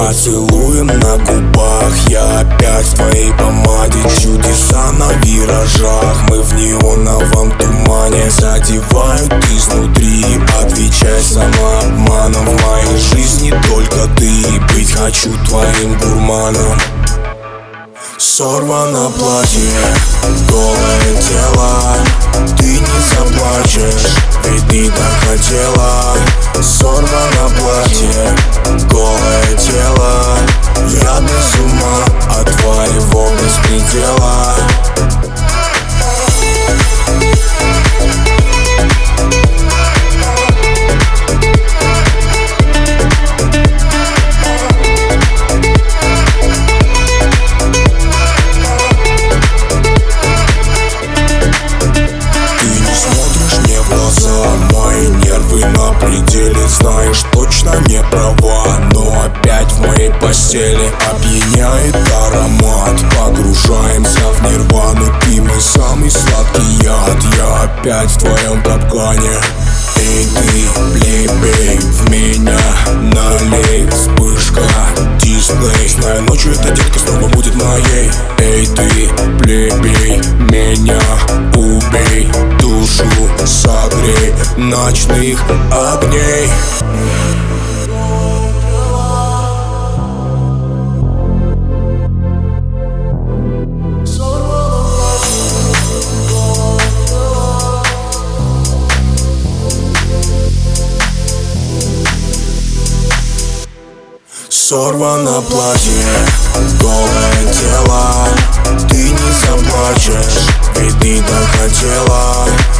поцелуем на губах. Я опять в твоей помаде, чудеса на виражах. Мы в неоновом тумане, задевают изнутри. Отвечай самообманом, в моей жизни только ты. Быть хочу твоим гурманом. Сорвано платье, голое тело, ты не заплачешь, ведь ты так хотела. Сорвано платье, голое тело, я без ума от твоего беспредела. Мои нервы на пределе, знаешь, точно не права. Но опять в моей постели опьяняет аромат. Погружаемся в нирвану, ты мой самый сладкий яд. Я опять в твоем капкане. Эй ты, плебей, в меня налей. Вспышка, дисплей. Знаю, ночью эта детка снова будет моей. Эй ты, плебей, меня убей. Душу согрей ночных огней. Сорвано платье, голое тело, ты не заплачешь, ведь ты так хотела.